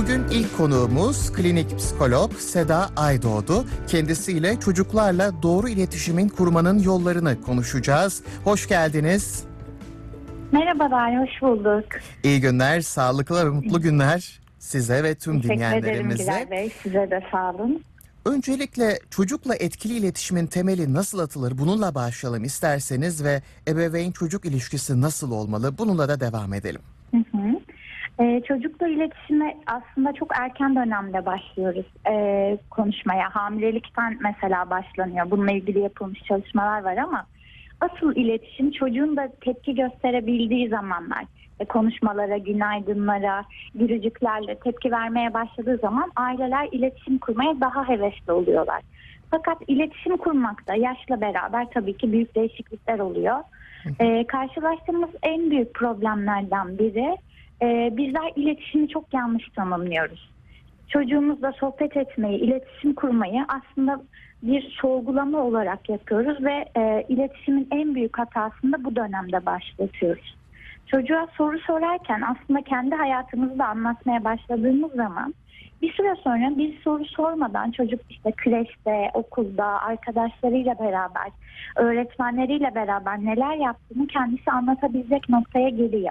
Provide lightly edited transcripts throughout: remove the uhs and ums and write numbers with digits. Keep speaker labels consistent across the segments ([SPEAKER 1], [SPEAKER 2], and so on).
[SPEAKER 1] Bugün ilk konuğumuz klinik psikolog Seda Aydoğdu. Kendisiyle çocuklarla doğru iletişimin kurmanın yollarını konuşacağız. Hoş geldiniz.
[SPEAKER 2] Merhabalar, hoş bulduk.
[SPEAKER 1] İyi günler, sağlıklı ve mutlu günler size ve tüm dinleyenlerimize.
[SPEAKER 2] Teşekkür ederim Güler Bey, size de sağ olun.
[SPEAKER 1] Öncelikle çocukla etkili iletişimin temeli nasıl atılır? Bununla başlayalım isterseniz ve ebeveyn çocuk ilişkisi nasıl olmalı? Bununla da devam edelim.
[SPEAKER 2] Çocukla iletişime aslında çok erken dönemde başlıyoruz konuşmaya. Hamilelikten mesela başlanıyor. Bununla ilgili yapılmış çalışmalar var ama asıl iletişim çocuğun da tepki gösterebildiği zamanlar. Konuşmalara, günaydınlara, gülücüklerle tepki vermeye başladığı zaman aileler iletişim kurmaya daha hevesli oluyorlar. Fakat iletişim kurmakta yaşla beraber tabii ki büyük değişiklikler oluyor. Karşılaştığımız en büyük problemlerden biri bizler iletişimi çok yanlış tanımlıyoruz. Çocuğumuzla sohbet etmeyi, iletişim kurmayı aslında bir sorgulama olarak yapıyoruz ve iletişimin en büyük hatasını da bu dönemde başlatıyoruz. Çocuğa soru sorarken aslında kendi hayatımızı da anlatmaya başladığımız zaman bir süre sonra biz soru sormadan çocuk işte kreşte, okulda, arkadaşlarıyla beraber, öğretmenleriyle beraber neler yaptığını kendisi anlatabilecek noktaya geliyor.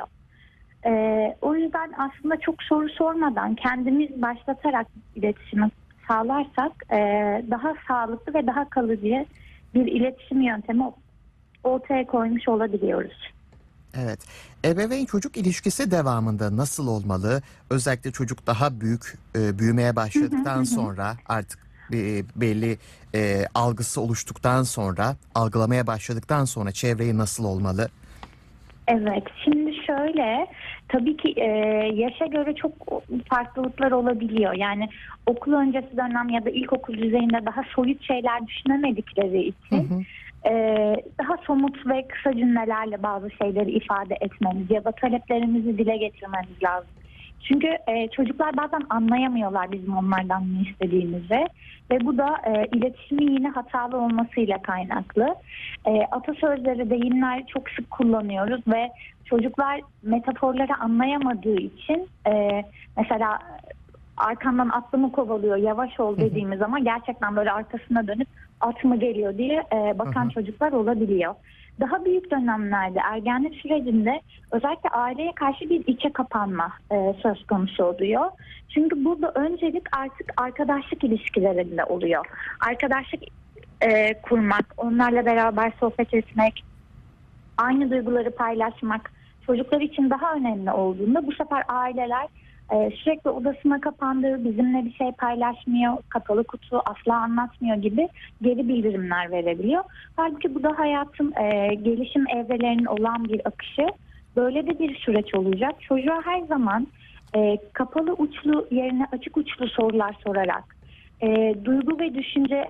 [SPEAKER 2] O yüzden aslında çok soru sormadan kendimiz başlatarak iletişimi sağlarsak daha sağlıklı ve daha kalıcı bir iletişim yöntemi ortaya koymuş olabiliyoruz.
[SPEAKER 1] Evet. Ebeveyn çocuk ilişkisi devamında nasıl olmalı? Özellikle çocuk daha büyümeye başladıktan sonra artık belli algısı oluştuktan sonra, algılamaya başladıktan sonra çevreyi nasıl olmalı?
[SPEAKER 2] Evet, şimdi şöyle, tabii ki yaşa göre çok farklılıklar olabiliyor. Yani okul öncesi dönem ya da ilkokul düzeyinde daha soyut şeyler düşünemedikleri için daha somut ve kısa cümlelerle bazı şeyleri ifade etmemiz ya da taleplerimizi dile getirmemiz lazım. Çünkü çocuklar bazen anlayamıyorlar bizim onlardan ne istediğimizi ve bu da iletişimin yine hatalı olmasıyla kaynaklı. Atasözleri, deyimler çok sık kullanıyoruz ve çocuklar metaforları anlayamadığı için mesela arkandan atlımı kovalıyor, yavaş ol dediğimiz zaman gerçekten böyle arkasına dönüp at mı geliyor diye bakan çocuklar olabiliyor. Daha büyük dönemlerde ergenlik sürecinde özellikle aileye karşı bir içe kapanma söz konusu oluyor. Çünkü burada öncelik artık arkadaşlık ilişkilerinde oluyor. Arkadaşlık kurmak, onlarla beraber sohbet etmek, aynı duyguları paylaşmak çocuklar için daha önemli olduğunda bu sefer aileler sürekli odasına kapandığı, bizimle bir şey paylaşmıyor, kapalı kutu asla anlatmıyor gibi geri bildirimler verebiliyor. Halbuki bu da hayatın gelişim evrelerinin olan bir akışı. Böyle de bir süreç olacak. Çocuğa her zaman kapalı uçlu yerine açık uçlu sorular sorarak, duygu ve düşünce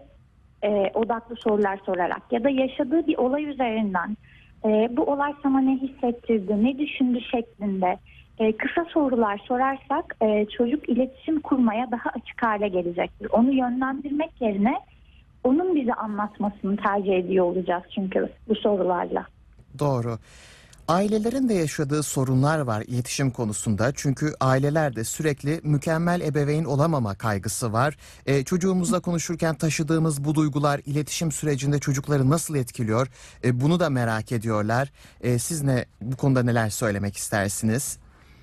[SPEAKER 2] odaklı sorular sorarak ya da yaşadığı bir olay üzerinden bu olay sana ne hissettirdi, ne düşündü şeklinde kısa sorular sorarsak çocuk iletişim kurmaya daha açık hale gelecektir. Onu yönlendirmek yerine onun bize anlatmasını tercih ediyor olacağız çünkü bu sorularla.
[SPEAKER 1] Doğru. Ailelerin de yaşadığı sorunlar var iletişim konusunda. Çünkü ailelerde sürekli mükemmel ebeveyn olamama kaygısı var. Çocuğumuzla konuşurken taşıdığımız bu duygular iletişim sürecinde çocukları nasıl etkiliyor? Bunu da merak ediyorlar. Siz bu konuda neler söylemek istersiniz?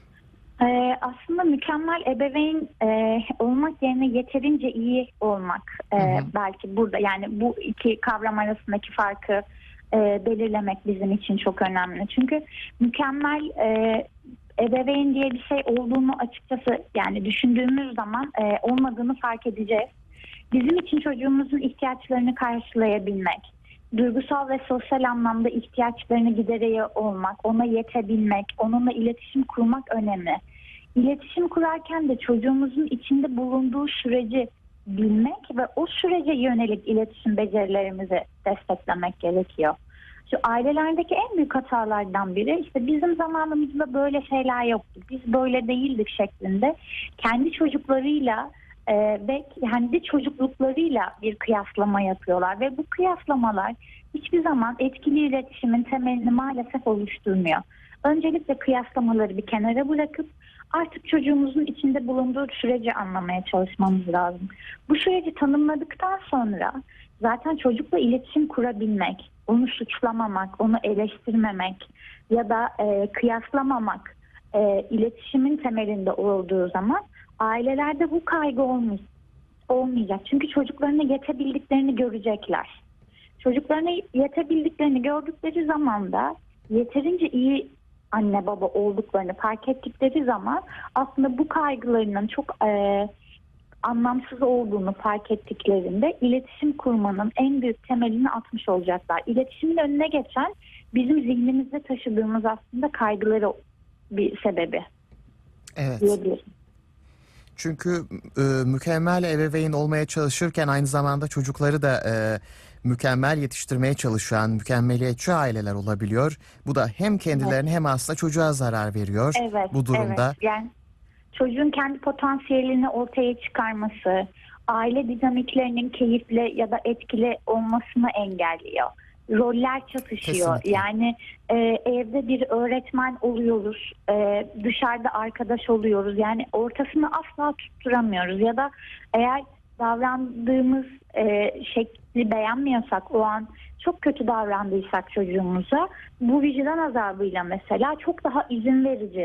[SPEAKER 2] Aslında mükemmel ebeveyn olmak yerine yeterince iyi olmak belki burada, yani bu iki kavram arasındaki farkı belirlemek bizim için çok önemli. Çünkü mükemmel ebeveyn diye bir şey olduğunu açıkçası yani düşündüğümüz zaman olmadığını fark edeceğiz. Bizim için çocuğumuzun ihtiyaçlarını karşılayabilmek, duygusal ve sosyal anlamda ihtiyaçlarını gideriyor olmak, ona yetebilmek, onunla iletişim kurmak önemli. İletişim kurarken de çocuğumuzun içinde bulunduğu süreci bilmek ve o sürece yönelik iletişim becerilerimizi desteklemek gerekiyor. Şu ailelerdeki en büyük hatalardan biri işte bizim zamanımızda böyle şeyler yoktu, biz böyle değildik şeklinde kendi çocuklarıyla ve kendi çocukluklarıyla bir kıyaslama yapıyorlar ve bu kıyaslamalar hiçbir zaman etkili iletişimin temelini maalesef oluşturmuyor. Öncelikle kıyaslamaları bir kenara bırakıp artık çocuğumuzun içinde bulunduğu süreci anlamaya çalışmamız lazım. Bu süreci tanımladıktan sonra zaten çocukla iletişim kurabilmek, onu suçlamamak, onu eleştirmemek ya da kıyaslamamak iletişimin temelinde olduğu zaman ailelerde bu kaygı olmayacak. Çünkü çocuklarına yetebildiklerini görecekler. Çocuklarına yetebildiklerini gördükleri zaman da yeterince iyi anne baba olduklarını fark ettikleri zaman aslında bu kaygılarının çok anlamsız olduğunu fark ettiklerinde iletişim kurmanın en büyük temelini atmış olacaklar. İletişimin önüne geçen bizim zihnimizde taşıdığımız aslında kaygıları bir sebebi diyebilirim.
[SPEAKER 1] Çünkü mükemmel ebeveyn olmaya çalışırken aynı zamanda çocukları da mükemmel yetiştirmeye çalışan mükemmeliyetçi aileler olabiliyor. Bu da hem kendilerine hem aslında çocuğa zarar veriyor bu durumda.
[SPEAKER 2] Evet. Yani çocuğun kendi potansiyelini ortaya çıkarması, aile dinamiklerinin keyifli ya da etkili olmasını engelliyor. Roller çatışıyor.
[SPEAKER 1] Kesinlikle.
[SPEAKER 2] Yani evde bir öğretmen oluyoruz, dışarıda arkadaş oluyoruz. Yani ortasını asla tutturamıyoruz. Ya da eğer davrandığımız şekli beğenmiyorsak, o an çok kötü davrandıysak çocuğumuza, bu vicdan azabıyla mesela çok daha izin verici,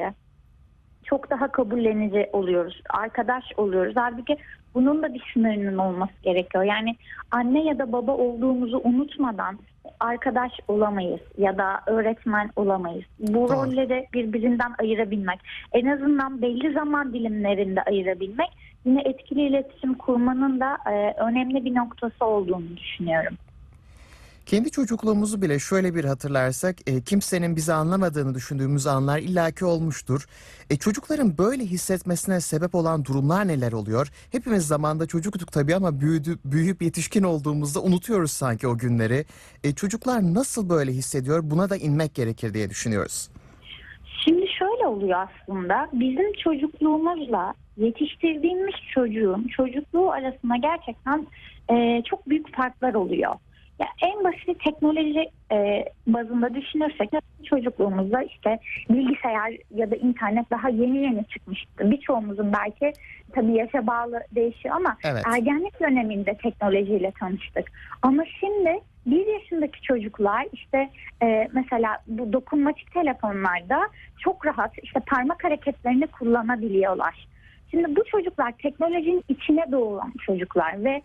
[SPEAKER 2] çok daha kabullenici oluyoruz. Arkadaş oluyoruz. Halbuki bunun da bir sınırının olması gerekiyor. Yani anne ya da baba olduğumuzu unutmadan arkadaş olamayız ya da öğretmen olamayız. Bu rolleri birbirinden ayırabilmek, en azından belli zaman dilimlerinde ayırabilmek yine etkili iletişim kurmanın da önemli bir noktası olduğunu düşünüyorum.
[SPEAKER 1] Kendi çocukluğumuzu bile şöyle bir hatırlarsak kimsenin bizi anlamadığını düşündüğümüz anlar illaki olmuştur. Çocukların böyle hissetmesine sebep olan durumlar neler oluyor? Hepimiz zamanda çocuktuk tabii ama büyüyüp yetişkin olduğumuzda unutuyoruz sanki o günleri. Çocuklar nasıl böyle hissediyor? Buna da inmek gerekir diye düşünüyoruz.
[SPEAKER 2] Şimdi şöyle oluyor aslında. Bizim çocukluğumuzla yetiştirdiğimiz çocuğun çocukluğu arasında gerçekten çok büyük farklar oluyor. Ya en basit teknoloji bazında düşünürsek çocukluğumuzda işte bilgisayar ya da internet daha yeni çıkmıştı. Birçoğumuzun belki tabii yaşa bağlı değişiyor ama ergenlik döneminde teknolojiyle tanıştık. Ama şimdi 1 yaşındaki çocuklar işte mesela bu dokunmatik telefonlarda çok rahat işte parmak hareketlerini kullanabiliyorlar. Şimdi bu çocuklar teknolojinin içine doğan çocuklar ve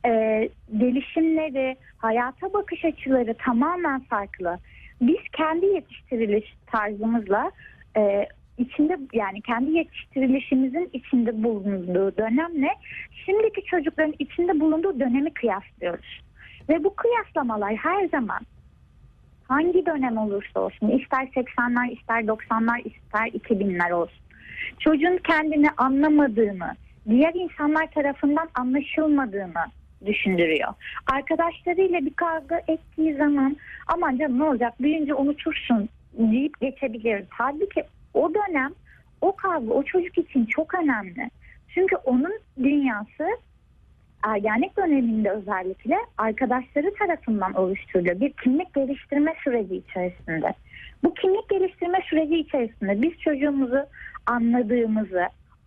[SPEAKER 2] gelişimleri, hayata bakış açıları tamamen farklı. Biz kendi yetiştiriliş tarzımızla içinde, yani kendi yetiştirilişimizin içinde bulunduğu dönemle şimdiki çocukların içinde bulunduğu dönemi kıyaslıyoruz. Ve bu kıyaslamalar her zaman hangi dönem olursa olsun, ister 80'ler, ister 90'lar, ister 2000'ler olsun, çocuğun kendini anlamadığını, diğer insanlar tarafından anlaşılmadığını düşündürüyor. Arkadaşlarıyla bir kavga ettiği zaman aman canım ne olacak, büyüyünce unutursun deyip geçebiliriz. Halbuki o dönem, o kavga o çocuk için çok önemli. Çünkü onun dünyası ergenlik döneminde özellikle arkadaşları tarafından oluşturuluyor. Bir kimlik geliştirme süreci içerisinde. Bu kimlik geliştirme süreci içerisinde biz çocuğumuzu anladığımızı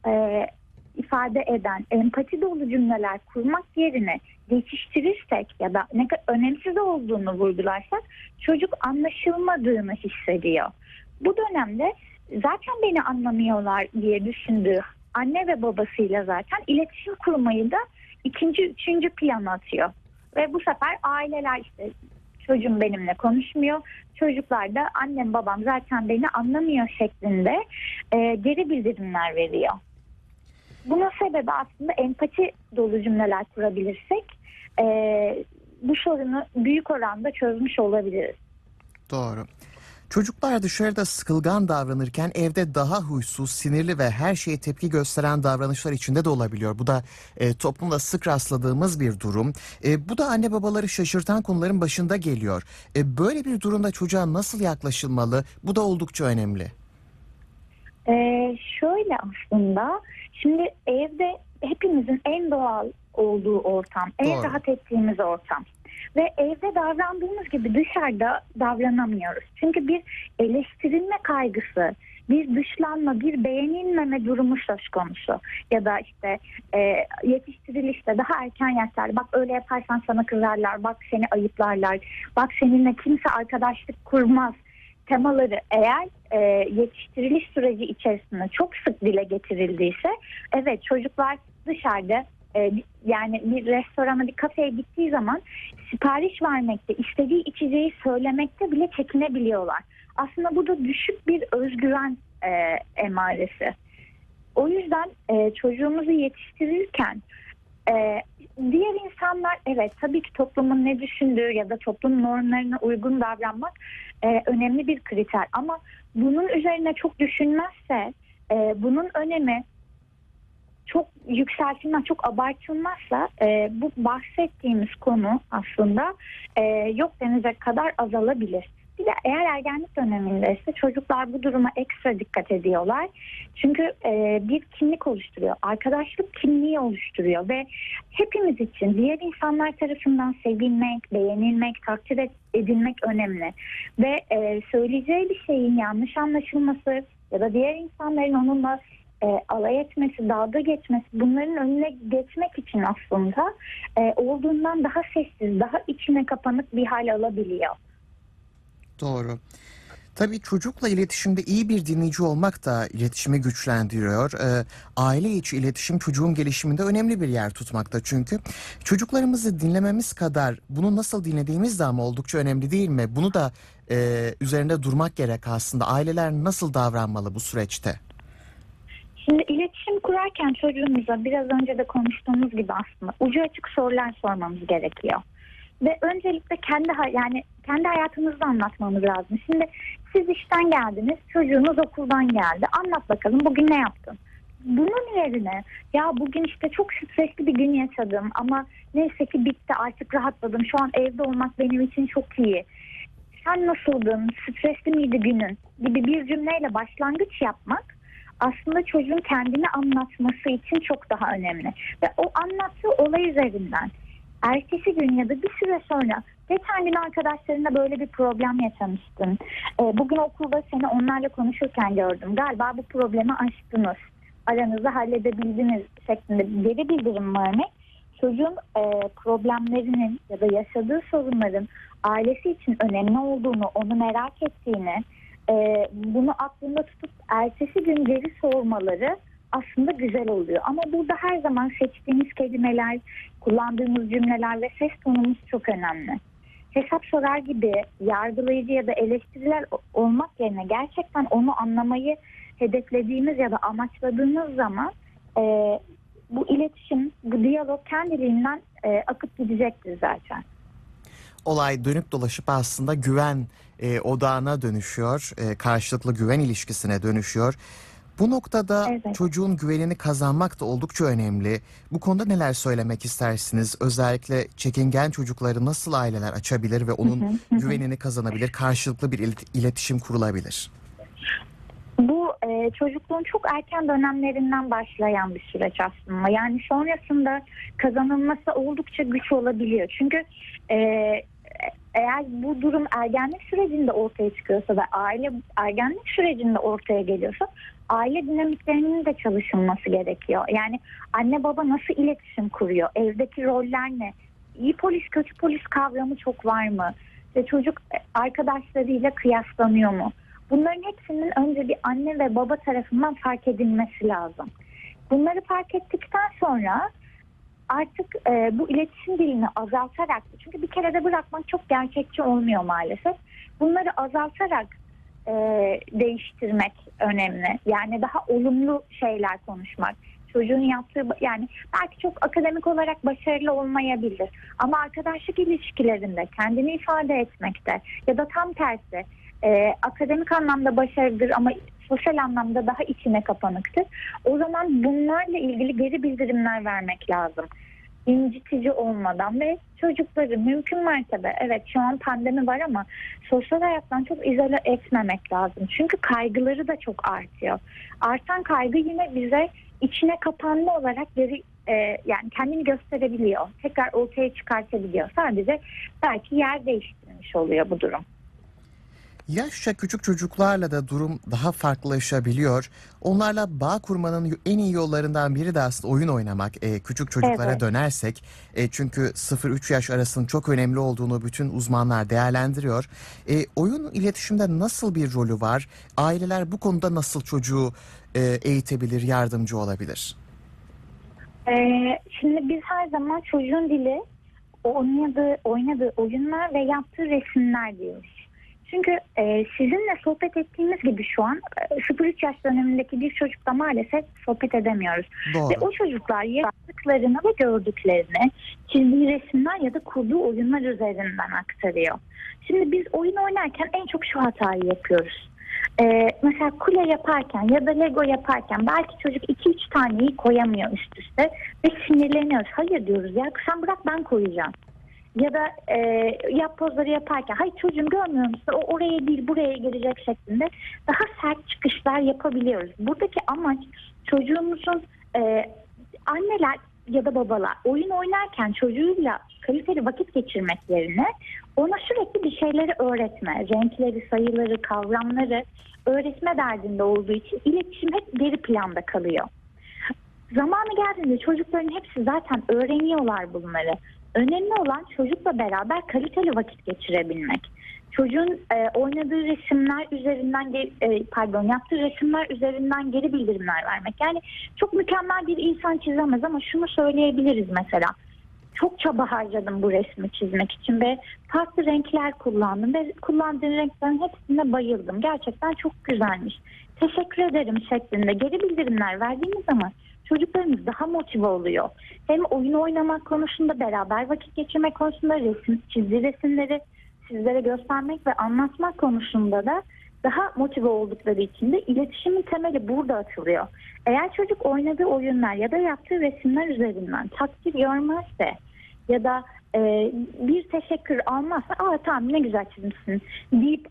[SPEAKER 2] ifade eden empati dolu cümleler kurmak yerine geçiştirirsek ya da ne kadar önemsiz olduğunu vurgularsak çocuk anlaşılmadığını hissediyor. Bu dönemde zaten beni anlamıyorlar diye düşündüğü anne ve babasıyla zaten iletişim kurmayı da ikinci, üçüncü plana atıyor. Ve bu sefer aileler işte çocuğum benimle konuşmuyor, çocuklar da annem babam zaten beni anlamıyor şeklinde geri bildirimler veriyor. Bunun sebebi aslında empati dolu cümleler kurabilirsek bu sorunu büyük oranda çözmüş olabiliriz.
[SPEAKER 1] Doğru. Çocuklar dışarıda sıkılgan davranırken evde daha huysuz, sinirli ve her şeye tepki gösteren davranışlar içinde de olabiliyor. Bu da toplumda sık rastladığımız bir durum. Bu da anne babaları şaşırtan konuların başında geliyor. Böyle bir durumda çocuğa nasıl yaklaşılmalı? Bu da oldukça önemli.
[SPEAKER 2] Şöyle aslında şimdi evde hepimizin en doğal olduğu ortam, en rahat ettiğimiz ortam. Ve evde davrandığımız gibi dışarıda davranamıyoruz. Çünkü bir eleştirilme kaygısı, bir dışlanma, bir beğenilmeme durumu söz konusu. Ya da işte yetiştirilişte daha erken yaşlarda bak öyle yaparsan sana kızarlar, bak seni ayıplarlar, bak seninle kimse arkadaşlık kurmaz temaları eğer yetiştiriliş süreci içerisinde çok sık dile getirildiyse, evet, çocuklar dışarıda yani bir restorana, bir kafeye gittiği zaman sipariş vermekte, istediği içeceği söylemekte bile çekinebiliyorlar. Aslında bu da düşük bir özgüven emaresi. O yüzden çocuğumuzu yetiştirirken diğer insanlar, evet, tabii ki toplumun ne düşündüğü ya da toplum normlarına uygun davranmak önemli bir kriter. Ama bunun üzerine çok düşünmezse, bunun önemi çok yükseltilmez, çok abartılmazsa bu bahsettiğimiz konu aslında yok denecek kadar azalabilir. Bir de eğer ergenlik döneminde ise çocuklar bu duruma ekstra dikkat ediyorlar. Çünkü bir kimlik oluşturuyor, arkadaşlık kimliği oluşturuyor ve hepimiz için diğer insanlar tarafından sevilmek, beğenilmek, takdir edilmek önemli. Ve söyleyeceği bir şeyin yanlış anlaşılması ya da diğer insanların onunla alay etmesi, dalga geçmesi, bunların önüne geçmek için aslında olduğundan daha sessiz, daha içine kapanık bir hal alabiliyor.
[SPEAKER 1] Doğru. Tabii çocukla iletişimde iyi bir dinleyici olmak da iletişimi güçlendiriyor. Aile içi iletişim çocuğun gelişiminde önemli bir yer tutmakta çünkü. Çocuklarımızı dinlememiz kadar bunu nasıl dinlediğimiz de ama oldukça önemli değil mi? Bunu da üzerinde durmak gerek aslında. Aileler nasıl davranmalı bu süreçte?
[SPEAKER 2] Şimdi iletişim kurarken çocuğumuza biraz önce de konuştuğumuz gibi aslında ucu açık sorular sormamız gerekiyor. Ve öncelikle kendi hayatınızda anlatmamız lazım. Şimdi siz işten geldiniz, çocuğunuz okuldan geldi. Anlat bakalım bugün ne yaptın? Bunun yerine ya bugün işte çok stresli bir gün yaşadım ama neyse ki bitti, artık rahatladım. Şu an evde olmak benim için çok iyi. Sen nasıldın? Stresli miydi günün? Gibi bir cümleyle başlangıç yapmak aslında çocuğun kendini anlatması için çok daha önemli. Ve o anlattığı olay üzerinden ertesi gün ya da bir süre sonra geçen gün arkadaşlarınla böyle bir problem yaşamıştın. Bugün okulda seni onlarla konuşurken gördüm. Galiba bu problemi aştınız. Aranızda halledebildiniz şeklinde geri bildirim vermek çocuğun problemlerinin ya da yaşadığı sorunların ailesi için önemli olduğunu, onu merak ettiğini, bunu aklında tutup ertesi gün geri sormaları aslında güzel oluyor. Ama burada her zaman seçtiğimiz kelimeler, kullandığımız cümleler ve ses tonumuz çok önemli. Hesap sorar gibi yargılayıcı ya da eleştiriler olmak yerine gerçekten onu anlamayı hedeflediğimiz ya da amaçladığımız zaman bu iletişim, bu diyalog kendiliğinden akıp gidecektir zaten.
[SPEAKER 1] Olay dönüp dolaşıp aslında güven odağına dönüşüyor, karşılıklı güven ilişkisine dönüşüyor. Bu noktada
[SPEAKER 2] Evet.
[SPEAKER 1] çocuğun güvenini kazanmak da oldukça önemli. Bu konuda neler söylemek istersiniz? Özellikle çekingen çocukları nasıl aileler açabilir ve onun güvenini kazanabilir, karşılıklı bir iletişim kurulabilir?
[SPEAKER 2] Bu çocukluğun çok erken dönemlerinden başlayan bir süreç aslında. Yani sonrasında kazanılması oldukça güç olabiliyor. Çünkü eğer bu durum ergenlik sürecinde ortaya çıkıyorsa ve aile ergenlik sürecinde ortaya geliyorsa aile dinamiklerinin de çalışılması gerekiyor. Yani anne baba nasıl iletişim kuruyor? Evdeki roller ne? İyi polis, kötü polis kavramı çok var mı? Ve çocuk arkadaşlarıyla kıyaslanıyor mu? Bunların hepsinin önce bir anne ve baba tarafından fark edilmesi lazım. Bunları fark ettikten sonra artık bu iletişim dilini azaltarak, çünkü bir kerede bırakmak çok gerçekçi olmuyor maalesef. Bunları azaltarak değiştirmek önemli. Yani daha olumlu şeyler konuşmak. Çocuğun yaptığı, yani belki çok akademik olarak başarılı olmayabilir ama arkadaşlık ilişkilerinde kendini ifade etmekte ya da tam tersi akademik anlamda başarılıdır ama sosyal anlamda daha içine kapanıktır. O zaman bunlarla ilgili geri bildirimler vermek lazım. İncitici olmadan ve çocukları mümkün mertebe, evet şu an pandemi var ama sosyal hayattan çok izole etmemek lazım. Çünkü kaygıları da çok artıyor. Artan kaygı yine bize içine kapanma olarak geri yani kendini gösterebiliyor. Tekrar ortaya çıkartabiliyor. Sadece belki yer değiştirmiş oluyor bu durum.
[SPEAKER 1] Yaşça küçük çocuklarla da durum daha farklılaşabiliyor. Onlarla bağ kurmanın en iyi yollarından biri de aslında oyun oynamak. Küçük çocuklara
[SPEAKER 2] Evet.
[SPEAKER 1] dönersek, çünkü 0-3 yaş arasının çok önemli olduğunu bütün uzmanlar değerlendiriyor. Oyun iletişimde nasıl bir rolü var? Aileler bu konuda nasıl çocuğu eğitebilir, yardımcı olabilir?
[SPEAKER 2] Şimdi biz her zaman çocuğun dili oynadığı oyunlar ve yaptığı resimler diyoruz. Çünkü sizinle sohbet ettiğimiz gibi şu an 0-3 yaş dönemindeki bir çocukla maalesef sohbet edemiyoruz. Ve
[SPEAKER 1] Doğru.
[SPEAKER 2] o çocuklar yaşadıklarını ve gördüklerini çizdiği resimler ya da kurduğu oyunlar üzerinden aktarıyor. Şimdi biz oyun oynarken en çok şu hatayı yapıyoruz. Mesela kule yaparken ya da Lego yaparken belki çocuk 2-3 taneyi koyamıyor üst üste ve sinirleniyoruz. Hayır diyoruz ya, sen bırak ben koyacağım. Ya da yap pozları yaparken hayır çocuğum görmüyor musun, o oraya değil buraya gelecek şeklinde daha sert çıkışlar yapabiliyoruz. Buradaki amaç çocuğumuzun anneler ya da babalar oyun oynarken çocuğuyla kaliteli vakit geçirmek yerine ona sürekli bir şeyleri öğretme, renkleri, sayıları, kavramları öğretme derdinde olduğu için iletişim hep geri planda kalıyor. Zamanı geldiğinde çocukların hepsi zaten öğreniyorlar bunları. Önemli olan çocukla beraber kaliteli vakit geçirebilmek. Çocuğun oynadığı resimler üzerinden, yaptığı resimler üzerinden geri bildirimler vermek. Yani çok mükemmel bir insan çizemez ama şunu söyleyebiliriz mesela. Çok çaba harcadım bu resmi çizmek için ve farklı renkler kullandım ve kullandığım renklerin hepsine bayıldım. Gerçekten çok güzelmiş. Teşekkür ederim şeklinde geri bildirimler verdiğimiz zaman çocuklarımız daha motive oluyor. Hem oyun oynamak konusunda, beraber vakit geçirmek konusunda, çizdiği resimleri sizlere göstermek ve anlatmak konusunda da daha motive oldukları için de iletişimin temeli burada atılıyor. Eğer çocuk oynadığı oyunlar ya da yaptığı resimler üzerinden takdir görmezse ya da bir teşekkür almazsa tamam ne güzel çizmişsin deyip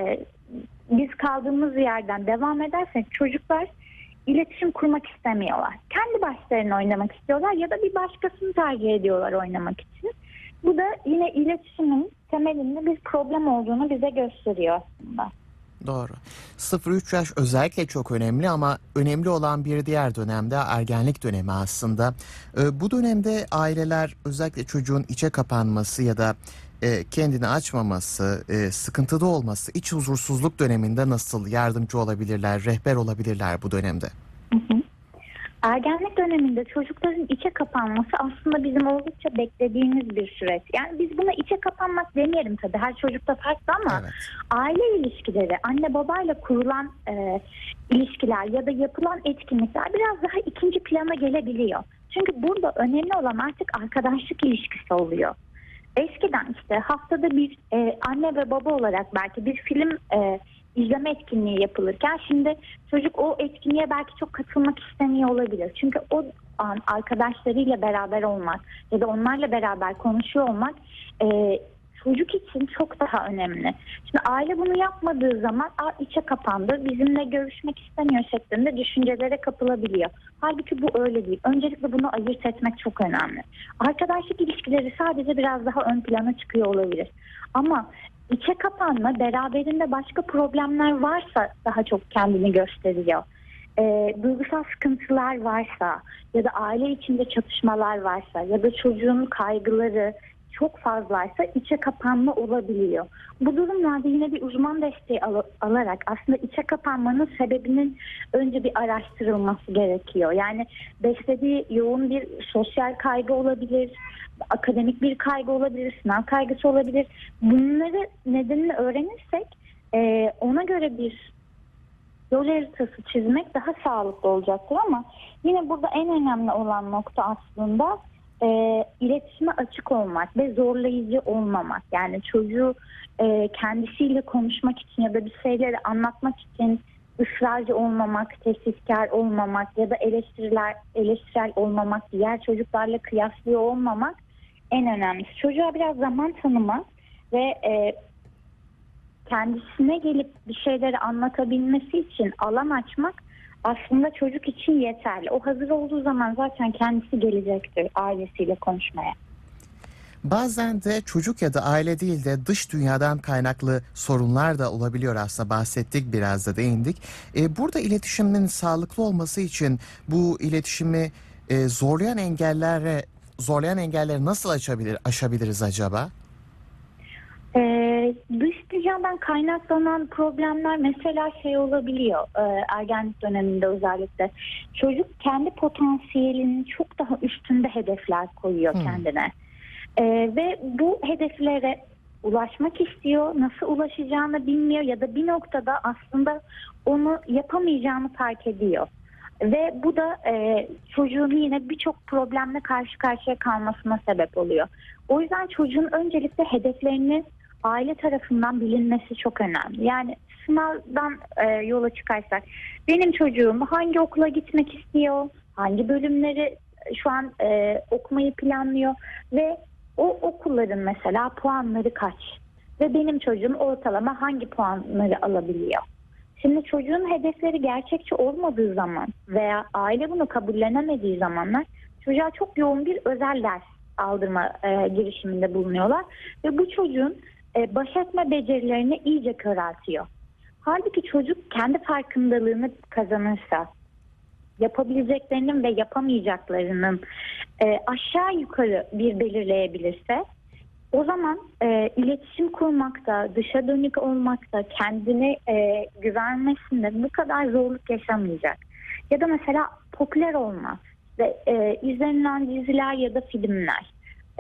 [SPEAKER 2] biz kaldığımız yerden devam edersek çocuklar iletişim kurmak istemiyorlar. Kendi başlarına oynamak istiyorlar ya da bir başkasını tercih ediyorlar oynamak için. Bu da yine iletişimin temelinde bir problem olduğunu bize gösteriyor aslında.
[SPEAKER 1] Doğru. 0-3 yaş özellikle çok önemli ama önemli olan bir diğer dönemde ergenlik dönemi aslında. Bu dönemde aileler özellikle çocuğun içe kapanması ya da kendini açmaması, sıkıntıda olması, iç huzursuzluk döneminde nasıl yardımcı olabilirler, rehber olabilirler bu dönemde?
[SPEAKER 2] Hı hı. Ergenlik döneminde çocukların içe kapanması aslında bizim oldukça beklediğimiz bir süreç. Yani biz buna içe kapanmak demeyelim tabii. Her çocukta farklı ama
[SPEAKER 1] Evet.
[SPEAKER 2] aile ilişkileri, anne babayla kurulan ilişkiler ya da yapılan etkinlikler biraz daha ikinci plana gelebiliyor. Çünkü burada önemli olan artık arkadaşlık ilişkisi oluyor. Eskiden işte haftada bir anne ve baba olarak belki bir film izleme etkinliği yapılırken şimdi çocuk o etkinliğe belki çok katılmak istemiyor olabilir. Çünkü o an arkadaşlarıyla beraber olmak ya da onlarla beraber konuşuyor olmak çocuk için çok daha önemli. Şimdi aile bunu yapmadığı zaman içe kapandı, bizimle görüşmek istemiyor şeklinde düşüncelere kapılabiliyor. Halbuki bu öyle değil. Öncelikle bunu ayırt etmek çok önemli. Arkadaşlık ilişkileri sadece biraz daha ön plana çıkıyor olabilir. Ama İçe kapanma beraberinde başka problemler varsa daha çok kendini gösteriyor. Duygusal sıkıntılar varsa ya da aile içinde çatışmalar varsa ya da çocuğun kaygıları çok fazlaysa içe kapanma olabiliyor. Bu durumlarda yine bir uzman desteği alarak aslında içe kapanmanın sebebinin önce bir araştırılması gerekiyor. Yani beslediği yoğun bir sosyal kaygı olabilir, akademik bir kaygı olabilir, sınav kaygısı olabilir. Bunları nedenini öğrenirsek ona göre bir yol haritası çizmek daha sağlıklı olacaktır ama yine burada en önemli olan nokta aslında iletişime açık olmak ve zorlayıcı olmamak. Yani çocuğu kendisiyle konuşmak için ya da bir şeyleri anlatmak için ısrarcı olmamak, tehditkar olmamak ya da eleştirel olmamak, diğer çocuklarla kıyaslıyor olmamak en önemlisi. Çocuğa biraz zaman tanımak ve kendisine gelip bir şeyleri anlatabilmesi için alan açmak aslında çocuk için yeterli. O hazır olduğu zaman zaten kendisi gelecektir ailesiyle konuşmaya.
[SPEAKER 1] Bazen de çocuk ya da aile değil de dış dünyadan kaynaklı sorunlar da olabiliyor, aslında bahsettik, biraz da değindik. Burada iletişimin sağlıklı olması için bu iletişimi zorlayan engelleri nasıl aşabiliriz acaba?
[SPEAKER 2] Dış dünyadan kaynaklanan problemler mesela şey olabiliyor, ergenlik döneminde özellikle. Çocuk kendi potansiyelinin çok daha üstünde hedefler koyuyor kendine. Ve bu hedeflere ulaşmak istiyor, nasıl ulaşacağını bilmiyor ya da bir noktada aslında onu yapamayacağını fark ediyor. Ve bu da çocuğun yine birçok problemle karşı karşıya kalmasına sebep oluyor. O yüzden çocuğun öncelikle hedeflerini aile tarafından bilinmesi çok önemli. Yani sınavdan yola çıkarsak, benim çocuğum hangi okula gitmek istiyor, hangi bölümleri şu an okumayı planlıyor ve o okulların mesela puanları kaç ve benim çocuğum ortalama hangi puanları alabiliyor? Şimdi çocuğun hedefleri gerçekçi olmadığı zaman veya aile bunu kabullenemediği zamanlar çocuğa çok yoğun bir özel ders aldırma girişiminde bulunuyorlar ve bu çocuğun baş etme becerilerini iyice köreltiyor. Halbuki çocuk kendi farkındalığını kazanırsa, yapabileceklerinin ve yapamayacaklarının aşağı yukarı bir belirleyebilirse, o zaman iletişim kurmakta, dışa dönük olmakta, kendine güvenmesinde bu kadar zorluk yaşamayacak. Ya da mesela popüler olma ve izlenilen diziler ya da filmler.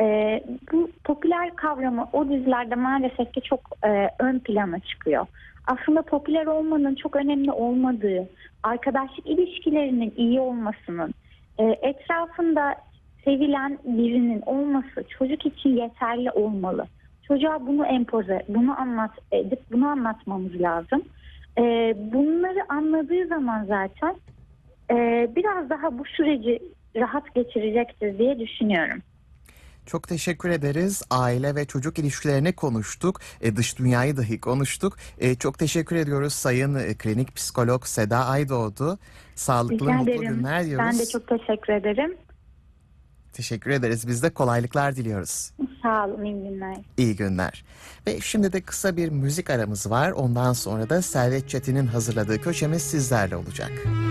[SPEAKER 2] Bu popüler kavramı o dizilerde maalesef ki çok ön plana çıkıyor. Aslında popüler olmanın çok önemli olmadığı, arkadaşlık ilişkilerinin iyi olmasının, etrafında sevilen birinin olması çocuk için yeterli olmalı. Çocuğa bunu empoze, bunu anlatmamız lazım. Bunları anladığı zaman zaten biraz daha bu süreci rahat geçirecektir diye düşünüyorum.
[SPEAKER 1] Çok teşekkür ederiz. Aile ve çocuk ilişkilerini konuştuk. Dış dünyayı dahi konuştuk. Çok teşekkür ediyoruz Sayın Klinik Psikolog Seda Aydoğdu. Sağlıklı,
[SPEAKER 2] Rica
[SPEAKER 1] mutlu
[SPEAKER 2] ederim.
[SPEAKER 1] günler diyoruz.
[SPEAKER 2] Ben de çok teşekkür ederim.
[SPEAKER 1] Teşekkür ederiz. Biz de kolaylıklar diliyoruz.
[SPEAKER 2] Sağ olun, iyi günler.
[SPEAKER 1] İyi günler. Ve şimdi de kısa bir müzik aramız var. Ondan sonra da Servet Çetin'in hazırladığı köşemiz sizlerle olacak.